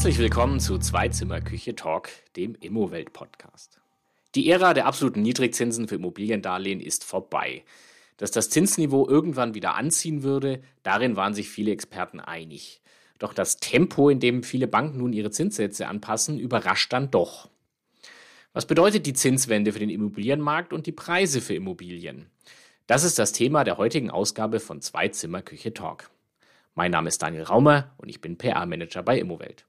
Herzlich willkommen zu Zwei-Zimmer-Küche-Talk, dem Immowelt-Podcast. Die Ära der absoluten Niedrigzinsen für Immobiliendarlehen ist vorbei. Dass das Zinsniveau irgendwann wieder anziehen würde, darin waren sich viele Experten einig. Doch das Tempo, in dem viele Banken nun ihre Zinssätze anpassen, überrascht dann doch. Was bedeutet die Zinswende für den Immobilienmarkt und die Preise für Immobilien? Das ist das Thema der heutigen Ausgabe von Zwei-Zimmer-Küche-Talk. Mein Name ist Daniel Raumer und ich bin PR-Manager bei Immowelt.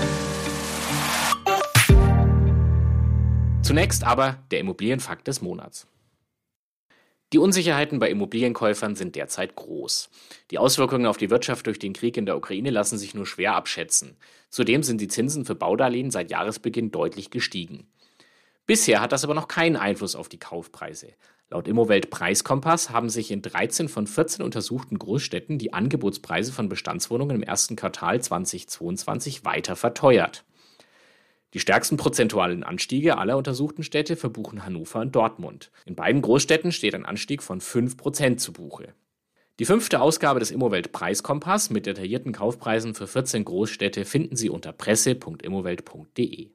Zunächst aber der Immobilienfakt des Monats. Die Unsicherheiten bei Immobilienkäufern sind derzeit groß. Die Auswirkungen auf die Wirtschaft durch den Krieg in der Ukraine lassen sich nur schwer abschätzen. Zudem sind die Zinsen für Baudarlehen seit Jahresbeginn deutlich gestiegen. Bisher hat das aber noch keinen Einfluss auf die Kaufpreise. Laut Immowelt Preiskompass haben sich in 13 von 14 untersuchten Großstädten die Angebotspreise von Bestandswohnungen im ersten Quartal 2022 weiter verteuert. Die stärksten prozentualen Anstiege aller untersuchten Städte verbuchen Hannover und Dortmund. In beiden Großstädten steht ein Anstieg von 5% zu Buche. Die 5. Ausgabe des Immowelt Preiskompass mit detaillierten Kaufpreisen für 14 Großstädte finden Sie unter presse.immowelt.de.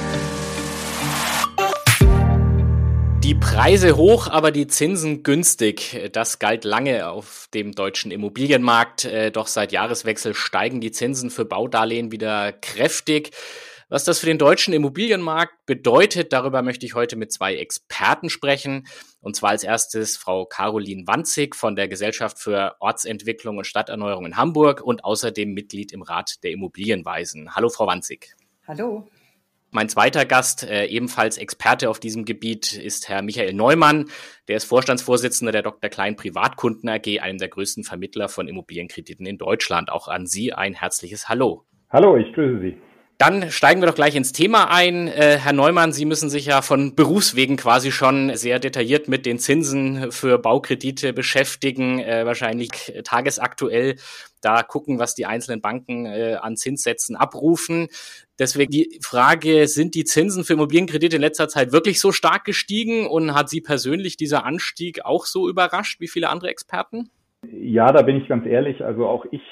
Die Preise hoch, aber die Zinsen günstig. Das galt lange auf dem deutschen Immobilienmarkt. Doch seit Jahreswechsel steigen die Zinsen für Baudarlehen wieder kräftig. Was das für den deutschen Immobilienmarkt bedeutet, darüber möchte ich heute mit 2 Experten sprechen. Und zwar als erstes Frau Caroline Wanzig von der Gesellschaft für Ortsentwicklung und Stadterneuerung in Hamburg und außerdem Mitglied im Rat der Immobilienweisen. Hallo, Frau Wanzig. Hallo. Mein zweiter Gast, ebenfalls Experte auf diesem Gebiet, ist Herr Michael Neumann. Der ist Vorstandsvorsitzender der Dr. Klein Privatkunden AG, einem der größten Vermittler von Immobilienkrediten in Deutschland. Auch an Sie ein herzliches Hallo. Hallo, ich grüße Sie. Dann steigen wir doch gleich ins Thema ein. Herr Neumann, Sie müssen sich ja von Berufswegen quasi schon sehr detailliert mit den Zinsen für Baukredite beschäftigen, wahrscheinlich tagesaktuell da gucken, was die einzelnen Banken an Zinssätzen abrufen. Deswegen die Frage, sind die Zinsen für Immobilienkredite in letzter Zeit wirklich so stark gestiegen und hat Sie persönlich dieser Anstieg auch so überrascht wie viele andere Experten? Ja, da bin ich ganz ehrlich. Also auch ich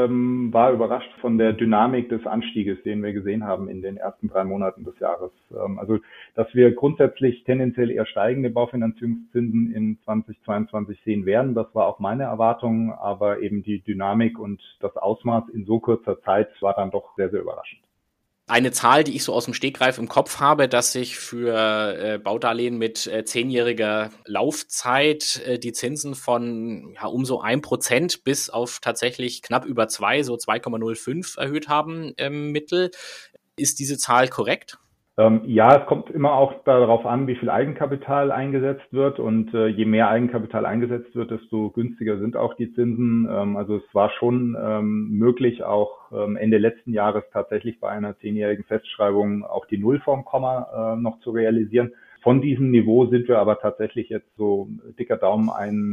war überrascht von der Dynamik des Anstieges, den wir gesehen haben in den ersten 3 Monaten des Jahres. Also, dass wir grundsätzlich tendenziell eher steigende Baufinanzierungszinsen in 2022 sehen werden, das war auch meine Erwartung. Aber eben die Dynamik und das Ausmaß in so kurzer Zeit war dann doch sehr, sehr überraschend. Eine Zahl, die ich so aus dem Stegreif im Kopf habe, dass sich für Baudarlehen mit 10-jähriger Laufzeit die Zinsen von um so 1% bis auf tatsächlich knapp über 2, so 2,05 erhöht haben im Mittel. Ist diese Zahl korrekt? Ja, es kommt immer auch darauf an, wie viel Eigenkapital eingesetzt wird, und je mehr Eigenkapital eingesetzt wird, desto günstiger sind auch die Zinsen. Also es war schon möglich, auch Ende letzten Jahres tatsächlich bei einer 10-jährigen Festschreibung auch die Null vorm Komma noch zu realisieren. Von diesem Niveau sind wir aber tatsächlich jetzt so dicker Daumen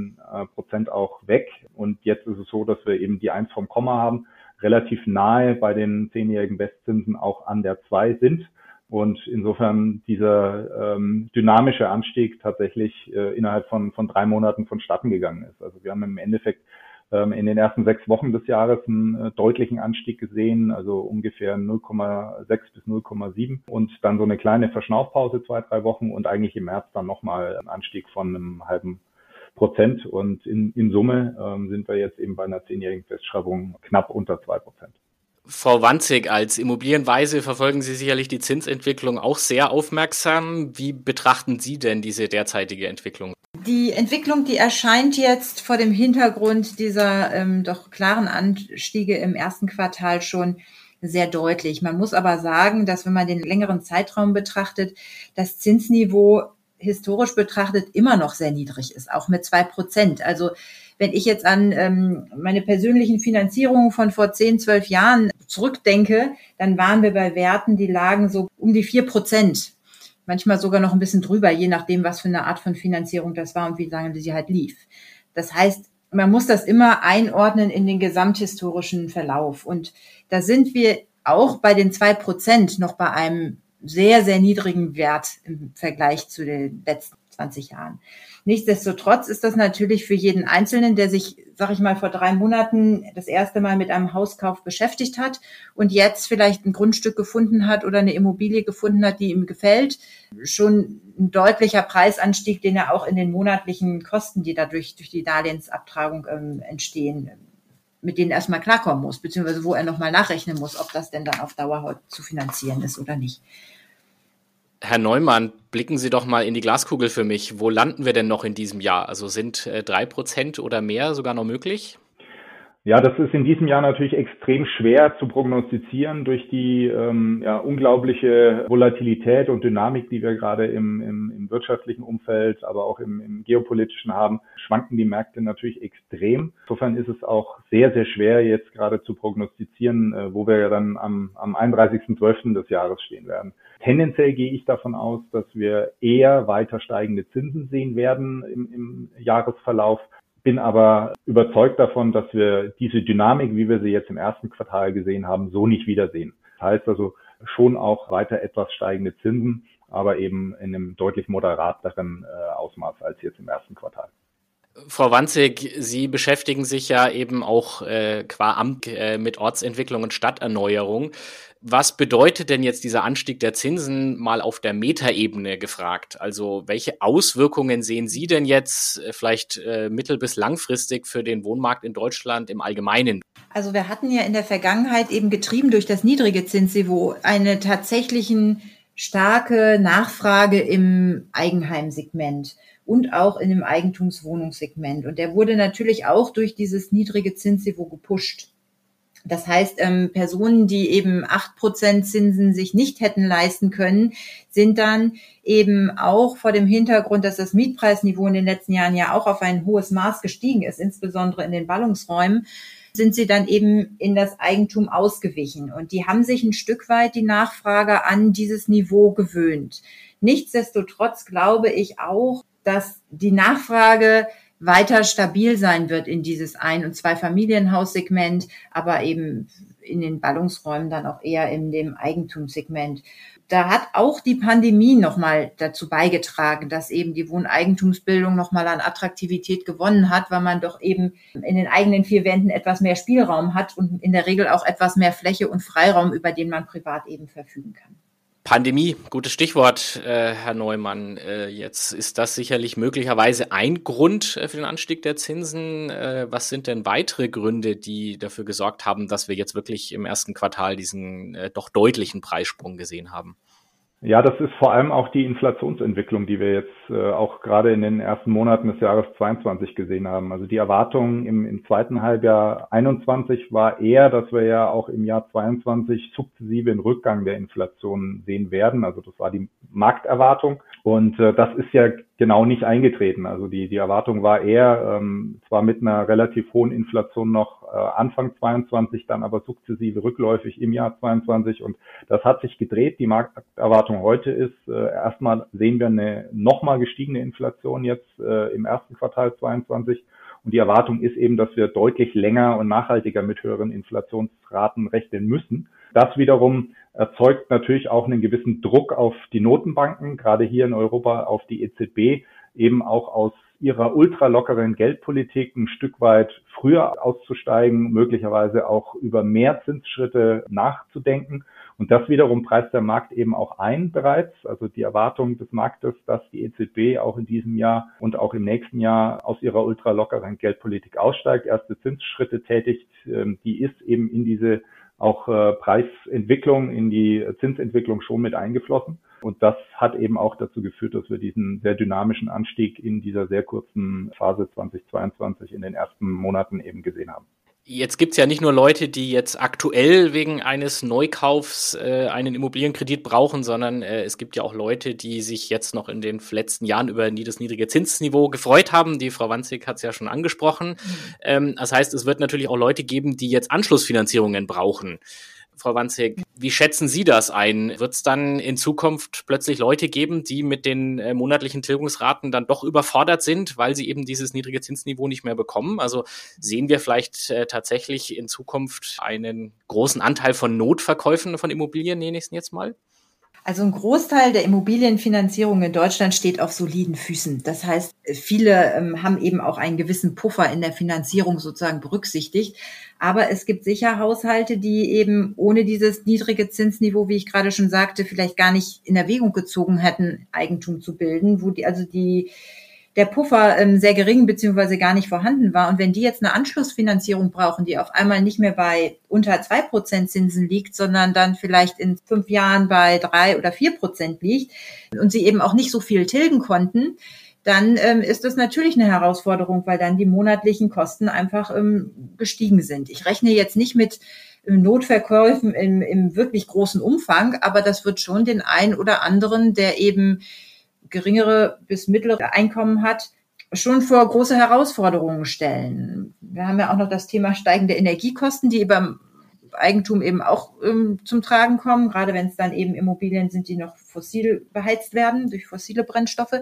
1% auch weg, und jetzt ist es so, dass wir eben die 1 vom Komma haben, relativ nahe bei den 10-jährigen Bestzinsen auch an der 2 sind. Und insofern dieser dynamische Anstieg tatsächlich innerhalb von 3 Monaten vonstatten gegangen ist. Also wir haben im Endeffekt in den ersten 6 Wochen des Jahres einen deutlichen Anstieg gesehen, also ungefähr 0,6 bis 0,7 und dann so eine kleine Verschnaufpause 2, 3 Wochen und eigentlich im März dann nochmal ein Anstieg von einem halben Prozent. Und in Summe sind wir jetzt eben bei einer 10-jährigen Festschreibung knapp unter 2%. Frau Wanzig, als Immobilienweise verfolgen Sie sicherlich die Zinsentwicklung auch sehr aufmerksam. Wie betrachten Sie denn diese derzeitige Entwicklung? Die Entwicklung, die erscheint jetzt vor dem Hintergrund dieser doch klaren Anstiege im ersten Quartal schon sehr deutlich. Man muss aber sagen, dass wenn man den längeren Zeitraum betrachtet, das Zinsniveau historisch betrachtet immer noch sehr niedrig ist, auch mit 2%. Also wenn ich jetzt an meine persönlichen Finanzierungen von vor 10, 12 Jahren zurückdenke, dann waren wir bei Werten, die lagen so um die 4%. Manchmal sogar noch ein bisschen drüber, je nachdem, was für eine Art von Finanzierung das war und wie lange sie halt lief. Das heißt, man muss das immer einordnen in den gesamthistorischen Verlauf. Und da sind wir auch bei den 2% noch bei einem sehr, sehr niedrigen Wert im Vergleich zu den letzten 20 Jahren. Nichtsdestotrotz ist das natürlich für jeden Einzelnen, der sich, sag ich mal, vor 3 Monaten das erste Mal mit einem Hauskauf beschäftigt hat und jetzt vielleicht ein Grundstück gefunden hat oder eine Immobilie gefunden hat, die ihm gefällt, schon ein deutlicher Preisanstieg, den er auch in den monatlichen Kosten, die dadurch durch die Darlehensabtragung entstehen, mit denen erstmal klarkommen muss, beziehungsweise wo er nochmal nachrechnen muss, ob das denn dann auf Dauer zu finanzieren ist oder nicht. Herr Neumann, blicken Sie doch mal in die Glaskugel für mich. Wo landen wir denn noch in diesem Jahr? Also sind 3% oder mehr sogar noch möglich? Ja, das ist in diesem Jahr natürlich extrem schwer zu prognostizieren durch die unglaubliche Volatilität und Dynamik, die wir gerade im wirtschaftlichen Umfeld, aber auch im geopolitischen haben, schwanken die Märkte natürlich extrem. Insofern ist es auch sehr, sehr schwer, jetzt gerade zu prognostizieren, wo wir ja dann am 31.12. des Jahres stehen werden. Tendenziell gehe ich davon aus, dass wir eher weiter steigende Zinsen sehen werden im Jahresverlauf. Bin aber überzeugt davon, dass wir diese Dynamik, wie wir sie jetzt im ersten Quartal gesehen haben, so nicht wiedersehen. Das heißt also schon auch weiter etwas steigende Zinsen, aber eben in einem deutlich moderateren Ausmaß als jetzt im ersten Quartal. Frau Wanzig, Sie beschäftigen sich ja eben auch qua Amt mit Ortsentwicklung und Stadterneuerung. Was bedeutet denn jetzt dieser Anstieg der Zinsen mal auf der Metaebene gefragt? Also welche Auswirkungen sehen Sie denn jetzt vielleicht mittel- bis langfristig für den Wohnmarkt in Deutschland im Allgemeinen? Also wir hatten ja in der Vergangenheit eben getrieben durch das niedrige Zinsniveau eine tatsächlichen starke Nachfrage im Eigenheimsegment und auch in dem Eigentumswohnungssegment. Und der wurde natürlich auch durch dieses niedrige Zinsniveau gepusht. Das heißt, Personen, die eben 8% Zinsen sich nicht hätten leisten können, sind dann eben auch vor dem Hintergrund, dass das Mietpreisniveau in den letzten Jahren ja auch auf ein hohes Maß gestiegen ist, insbesondere in den Ballungsräumen, sind sie dann eben in das Eigentum ausgewichen. Und die haben sich ein Stück weit die Nachfrage an dieses Niveau gewöhnt. Nichtsdestotrotz glaube ich auch, dass die Nachfrage weiter stabil sein wird in dieses Ein- und Zweifamilienhaussegment, aber eben in den Ballungsräumen dann auch eher in dem Eigentumssegment. Da hat auch die Pandemie nochmal dazu beigetragen, dass eben die Wohneigentumsbildung nochmal an Attraktivität gewonnen hat, weil man doch eben in den eigenen 4 Wänden etwas mehr Spielraum hat und in der Regel auch etwas mehr Fläche und Freiraum, über den man privat eben verfügen kann. Pandemie, gutes Stichwort, Herr Neumann. Jetzt ist das sicherlich möglicherweise ein Grund für den Anstieg der Zinsen. Was sind denn weitere Gründe, die dafür gesorgt haben, dass wir jetzt wirklich im ersten Quartal diesen doch deutlichen Preissprung gesehen haben? Ja, das ist vor allem auch die Inflationsentwicklung, die wir jetzt auch gerade in den ersten Monaten des Jahres 22 gesehen haben. Also die Erwartung im zweiten Halbjahr 21 war eher, dass wir ja auch im Jahr 22 sukzessive einen Rückgang der Inflation sehen werden. Also das war die Markterwartung. Und das ist ja genau nicht eingetreten. Also die Erwartung war eher, zwar mit einer relativ hohen Inflation noch Anfang 22, dann aber sukzessive rückläufig im Jahr 22. Und das hat sich gedreht. Die Markterwartung heute ist, erstmal sehen wir eine nochmal gestiegene Inflation jetzt im ersten Quartal 22. Und die Erwartung ist eben, dass wir deutlich länger und nachhaltiger mit höheren Inflationsraten rechnen müssen. Das wiederum erzeugt natürlich auch einen gewissen Druck auf die Notenbanken, gerade hier in Europa auf die EZB, eben auch aus ihrer ultralockeren Geldpolitik ein Stück weit früher auszusteigen, möglicherweise auch über mehr Zinsschritte nachzudenken. Und das wiederum preist der Markt eben auch ein bereits. Also die Erwartung des Marktes, dass die EZB auch in diesem Jahr und auch im nächsten Jahr aus ihrer ultralockeren Geldpolitik aussteigt, erste Zinsschritte tätigt, die ist eben in diese auch Preisentwicklung, in die Zinsentwicklung schon mit eingeflossen. Und das hat eben auch dazu geführt, dass wir diesen sehr dynamischen Anstieg in dieser sehr kurzen Phase 2022 in den ersten Monaten eben gesehen haben. Jetzt gibt's ja nicht nur Leute, die jetzt aktuell wegen eines Neukaufs einen Immobilienkredit brauchen, sondern es gibt ja auch Leute, die sich jetzt noch in den letzten Jahren über das niedrige Zinsniveau gefreut haben. Die Frau Wanzig hat es ja schon angesprochen. Das heißt, es wird natürlich auch Leute geben, die jetzt Anschlussfinanzierungen brauchen. Frau Wanzig, wie schätzen Sie das ein? Wird es dann in Zukunft plötzlich Leute geben, die mit den monatlichen Tilgungsraten dann doch überfordert sind, weil sie eben dieses niedrige Zinsniveau nicht mehr bekommen? Also sehen wir vielleicht tatsächlich in Zukunft einen großen Anteil von Notverkäufen von Immobilien, nenne ich es jetzt mal? Also ein Großteil der Immobilienfinanzierung in Deutschland steht auf soliden Füßen. Das heißt, viele haben eben auch einen gewissen Puffer in der Finanzierung sozusagen berücksichtigt. Aber es gibt sicher Haushalte, die eben ohne dieses niedrige Zinsniveau, wie ich gerade schon sagte, vielleicht gar nicht in Erwägung gezogen hätten, Eigentum zu bilden, wo der Puffer sehr gering beziehungsweise gar nicht vorhanden war. Und wenn die jetzt eine Anschlussfinanzierung brauchen, die auf einmal nicht mehr bei unter 2% Zinsen liegt, sondern dann vielleicht in 5 Jahren bei 3 oder 4% liegt und sie eben auch nicht so viel tilgen konnten, dann ist das natürlich eine Herausforderung, weil dann die monatlichen Kosten einfach gestiegen sind. Ich rechne jetzt nicht mit Notverkäufen im wirklich großen Umfang, aber das wird schon den einen oder anderen, der eben geringere bis mittlere Einkommen hat, schon vor große Herausforderungen stellen. Wir haben ja auch noch das Thema steigende Energiekosten, die beim Eigentum eben auch zum Tragen kommen, gerade wenn es dann eben Immobilien sind, die noch fossil beheizt werden durch fossile Brennstoffe.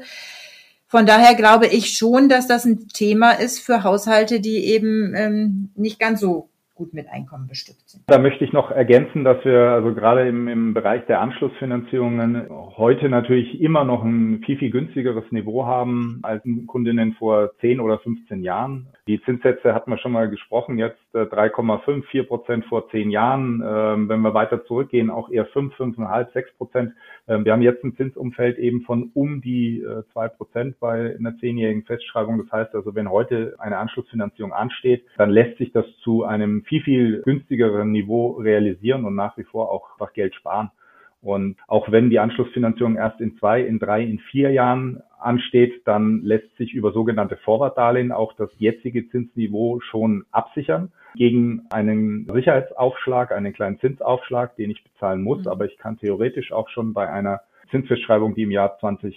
Von daher glaube ich schon, dass das ein Thema ist für Haushalte, die eben nicht ganz so gut mit Einkommen bestückt sind. Da möchte ich noch ergänzen, dass wir also gerade im Bereich der Anschlussfinanzierungen heute natürlich immer noch ein viel, viel günstigeres Niveau haben als Kundinnen vor 10 oder 15 Jahren. Die Zinssätze hatten wir schon mal gesprochen, jetzt 3,5, 4% vor 10 Jahren. Wenn wir weiter zurückgehen, auch eher 5, 5,5, 6%. Wir haben jetzt ein Zinsumfeld eben von um die 2% bei einer 10-jährigen Festschreibung. Das heißt also, wenn heute eine Anschlussfinanzierung ansteht, dann lässt sich das zu einem viel, viel günstigeren Niveau realisieren und nach wie vor auch einfach Geld sparen. Und auch wenn die Anschlussfinanzierung erst in 2, in 3, in 4 Jahren ansteht, dann lässt sich über sogenannte Forward-Darlehen auch das jetzige Zinsniveau schon absichern gegen einen Sicherheitsaufschlag, einen kleinen Zinsaufschlag, den ich bezahlen muss. Aber ich kann theoretisch auch schon bei einer Zinsfestschreibung, die im Jahr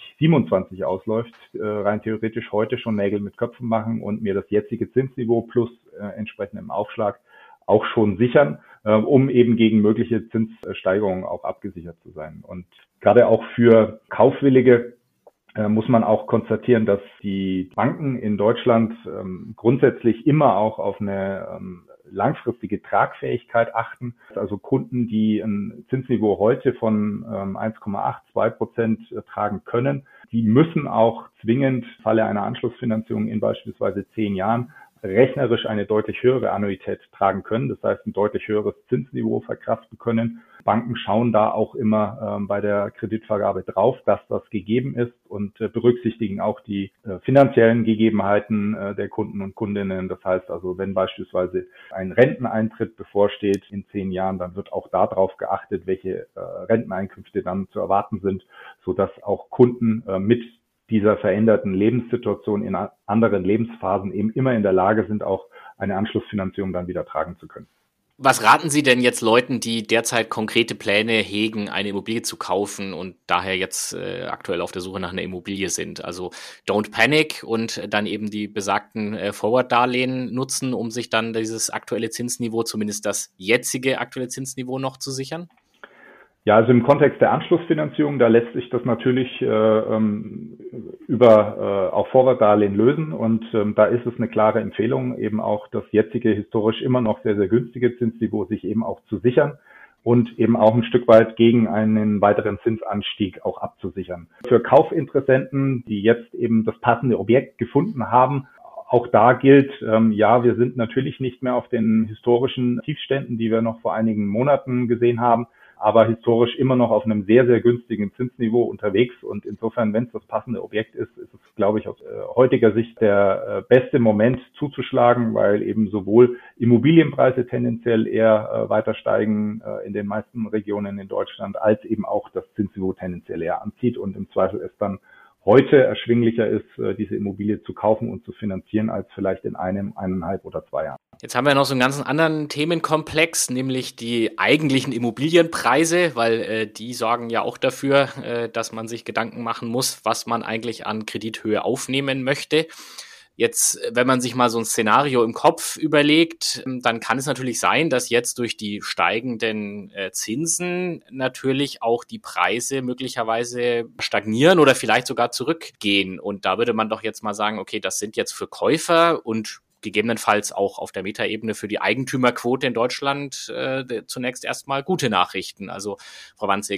2027 ausläuft, rein theoretisch heute schon Nägel mit Köpfen machen und mir das jetzige Zinsniveau plus entsprechendem Aufschlag auch schon sichern, um eben gegen mögliche Zinssteigerungen auch abgesichert zu sein. Und gerade auch für Kaufwillige muss man auch konstatieren, dass die Banken in Deutschland grundsätzlich immer auch auf eine langfristige Tragfähigkeit achten. Also Kunden, die ein Zinsniveau heute von 1,8, 2% tragen können, die müssen auch zwingend im Falle einer Anschlussfinanzierung in beispielsweise 10 Jahren rechnerisch eine deutlich höhere Annuität tragen können, das heißt ein deutlich höheres Zinsniveau verkraften können. Banken schauen da auch immer bei der Kreditvergabe drauf, dass das gegeben ist und berücksichtigen auch die finanziellen Gegebenheiten der Kunden und Kundinnen. Das heißt also, wenn beispielsweise ein Renteneintritt bevorsteht in 10 Jahren, dann wird auch darauf geachtet, welche Renteneinkünfte dann zu erwarten sind, sodass auch Kunden mit dieser veränderten Lebenssituation in anderen Lebensphasen eben immer in der Lage sind, auch eine Anschlussfinanzierung dann wieder tragen zu können. Was raten Sie denn jetzt Leuten, die derzeit konkrete Pläne hegen, eine Immobilie zu kaufen und daher jetzt aktuell auf der Suche nach einer Immobilie sind? Also don't panic und dann eben die besagten Forward-Darlehen nutzen, um sich dann dieses aktuelle Zinsniveau, zumindest das jetzige aktuelle Zinsniveau noch zu sichern? Ja, also im Kontext der Anschlussfinanzierung, da lässt sich das natürlich über auch Forward-Darlehen lösen und da ist es eine klare Empfehlung, eben auch das jetzige historisch immer noch sehr, sehr günstige Zinsniveau sich eben auch zu sichern und eben auch ein Stück weit gegen einen weiteren Zinsanstieg auch abzusichern. Für Kaufinteressenten, die jetzt eben das passende Objekt gefunden haben, auch da gilt, ja, wir sind natürlich nicht mehr auf den historischen Tiefständen, die wir noch vor einigen Monaten gesehen haben, aber historisch immer noch auf einem sehr, sehr günstigen Zinsniveau unterwegs. Und insofern, wenn es das passende Objekt ist, ist es, glaube ich, aus heutiger Sicht der beste Moment zuzuschlagen, weil eben sowohl Immobilienpreise tendenziell eher weiter steigen in den meisten Regionen in Deutschland, als eben auch das Zinsniveau tendenziell eher anzieht und im Zweifel es dann heute erschwinglicher ist, diese Immobilie zu kaufen und zu finanzieren, als vielleicht in 1,5 oder 2 Jahren. Jetzt haben wir noch so einen ganz anderen Themenkomplex, nämlich die eigentlichen Immobilienpreise, weil die sorgen ja auch dafür, dass man sich Gedanken machen muss, was man eigentlich an Kredithöhe aufnehmen möchte. Jetzt, wenn man sich mal so ein Szenario im Kopf überlegt, dann kann es natürlich sein, dass jetzt durch die steigenden Zinsen natürlich auch die Preise möglicherweise stagnieren oder vielleicht sogar zurückgehen. Und da würde man doch jetzt mal sagen, okay, das sind jetzt für Käufer und gegebenenfalls auch auf der Metaebene für die Eigentümerquote in Deutschland zunächst erstmal gute Nachrichten. Also, Frau Wanzig,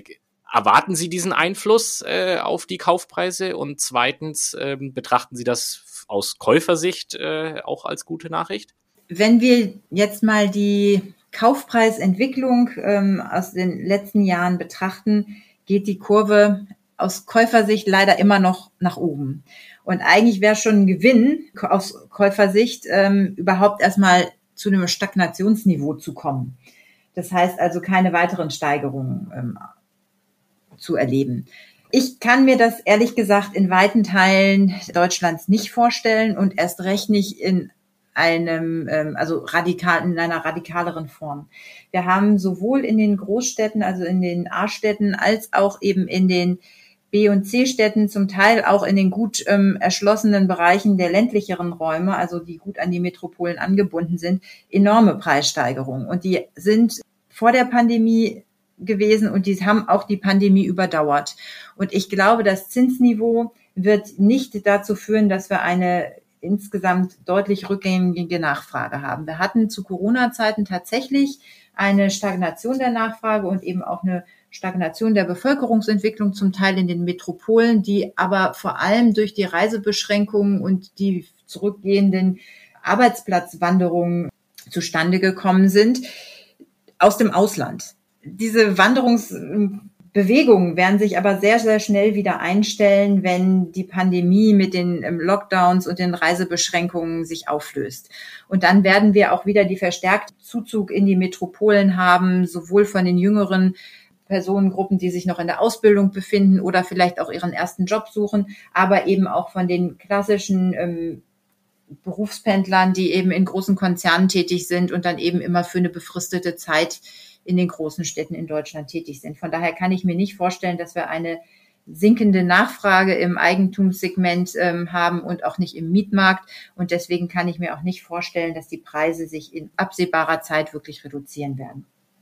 Erwarten Sie diesen Einfluss auf die Kaufpreise? Und zweitens, betrachten Sie das aus Käufersicht auch als gute Nachricht? Wenn wir jetzt mal die Kaufpreisentwicklung aus den letzten Jahren betrachten, geht die Kurve aus Käufersicht leider immer noch nach oben. Und eigentlich wäre schon ein Gewinn aus Käufersicht, überhaupt erstmal zu einem Stagnationsniveau zu kommen. Das heißt also keine weiteren Steigerungen zu erleben. Ich kann mir das ehrlich gesagt in weiten Teilen Deutschlands nicht vorstellen und erst recht nicht in einer radikaleren Form. Wir haben sowohl in den Großstädten, also in den A-Städten, als auch eben in den B- und C-Städten, zum Teil auch in den gut erschlossenen Bereichen der ländlicheren Räume, also die gut an die Metropolen angebunden sind, enorme Preissteigerungen. Und die sind vor der Pandemie gewesen und die haben auch die Pandemie überdauert. Und ich glaube, das Zinsniveau wird nicht dazu führen, dass wir eine insgesamt deutlich rückgängige Nachfrage haben. Wir hatten zu Corona-Zeiten tatsächlich eine Stagnation der Nachfrage und eben auch eine Stagnation der Bevölkerungsentwicklung, zum Teil in den Metropolen, die aber vor allem durch die Reisebeschränkungen und die zurückgehenden Arbeitsplatzwanderungen zustande gekommen sind aus dem Ausland. Diese Wanderungsbewegungen werden sich aber sehr, sehr schnell wieder einstellen, wenn die Pandemie mit den Lockdowns und den Reisebeschränkungen sich auflöst. Und dann werden wir auch wieder die verstärkte Zuzug in die Metropolen haben, sowohl von den jüngeren Personengruppen, die sich noch in der Ausbildung befinden oder vielleicht auch ihren ersten Job suchen, aber eben auch von den klassischen Berufspendlern, die eben in großen Konzernen tätig sind und dann eben immer für eine befristete Zeit in den großen Städten in Deutschland tätig sind. Von daher kann ich mir nicht vorstellen, dass wir eine sinkende Nachfrage im Eigentumssegment haben und auch nicht im Mietmarkt. Und deswegen kann ich mir auch nicht vorstellen, dass die Preise sich in absehbarer Zeit wirklich reduzieren werden.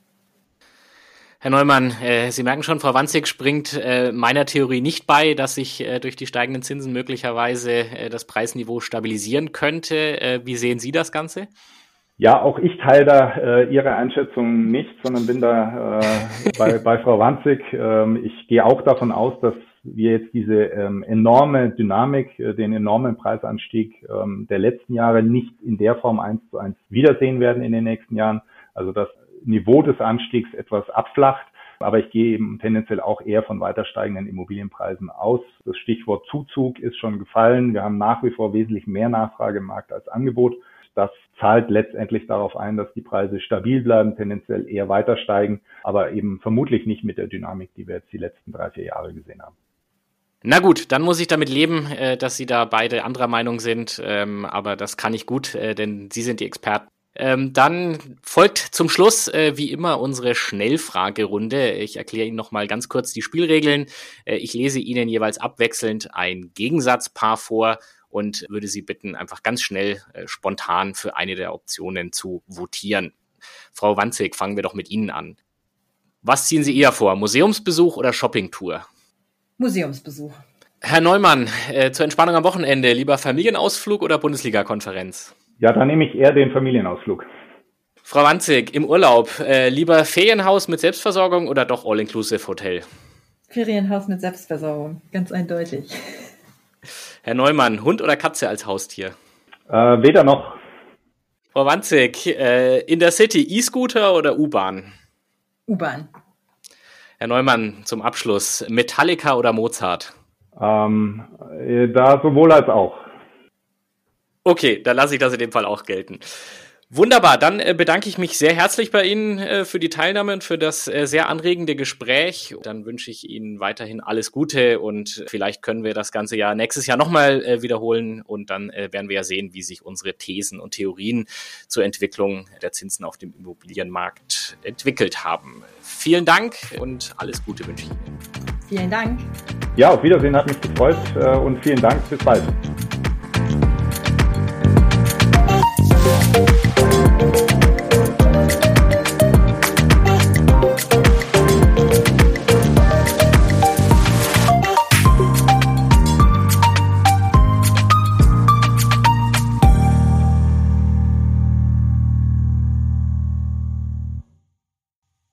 Herr Neumann, Sie merken schon, Frau Wanzig springt meiner Theorie nicht bei, dass sich durch die steigenden Zinsen möglicherweise das Preisniveau stabilisieren könnte. Wie sehen Sie das Ganze? Ja, auch ich teile da Ihre Einschätzung nicht, sondern bin da bei Frau Wanzig. Ich gehe auch davon aus, dass wir jetzt diese enorme Dynamik, den enormen Preisanstieg der letzten Jahre nicht in der Form 1:1 wiedersehen werden in den nächsten Jahren. Also das Niveau des Anstiegs etwas abflacht. Aber ich gehe eben tendenziell auch eher von weiter steigenden Immobilienpreisen aus. Das Stichwort Zuzug ist schon gefallen. Wir haben nach wie vor wesentlich mehr Nachfrage im Markt als Angebot. Das zahlt letztendlich darauf ein, dass die Preise stabil bleiben, tendenziell eher weiter steigen, aber eben vermutlich nicht mit der Dynamik, die wir jetzt die letzten 3-4 Jahre gesehen haben. Na gut, dann muss ich damit leben, dass Sie da beide anderer Meinung sind, aber das kann ich gut, denn Sie sind die Experten. Dann folgt zum Schluss wie immer unsere Schnellfragerunde. Ich erkläre Ihnen noch mal ganz kurz die Spielregeln. Ich lese Ihnen jeweils abwechselnd ein Gegensatzpaar vor und würde Sie bitten, einfach ganz schnell spontan für eine der Optionen zu votieren. Frau Wanzig, fangen wir doch mit Ihnen an. Was ziehen Sie eher vor, Museumsbesuch oder Shoppingtour? Museumsbesuch. Herr Neumann, zur Entspannung am Wochenende, lieber Familienausflug oder Bundesliga-Konferenz? Ja, dann nehme ich eher den Familienausflug. Frau Wanzig, im Urlaub, lieber Ferienhaus mit Selbstversorgung oder doch All-Inclusive-Hotel? Ferienhaus mit Selbstversorgung, ganz eindeutig. Herr Neumann, Hund oder Katze als Haustier? Weder noch. Frau Wanzig, in der City E-Scooter oder U-Bahn? U-Bahn. Herr Neumann, zum Abschluss, Metallica oder Mozart? Da sowohl als auch. Okay, dann lasse ich das in dem Fall auch gelten. Wunderbar, dann bedanke ich mich sehr herzlich bei Ihnen für die Teilnahme und für das sehr anregende Gespräch. Dann wünsche ich Ihnen weiterhin alles Gute und vielleicht können wir das ganze Jahr nächstes Jahr nochmal wiederholen und dann werden wir ja sehen, wie sich unsere Thesen und Theorien zur Entwicklung der Zinsen auf dem Immobilienmarkt entwickelt haben. Vielen Dank und alles Gute wünsche ich Ihnen. Vielen Dank. Ja, auf Wiedersehen, hat mich gefreut und vielen Dank, bis bald.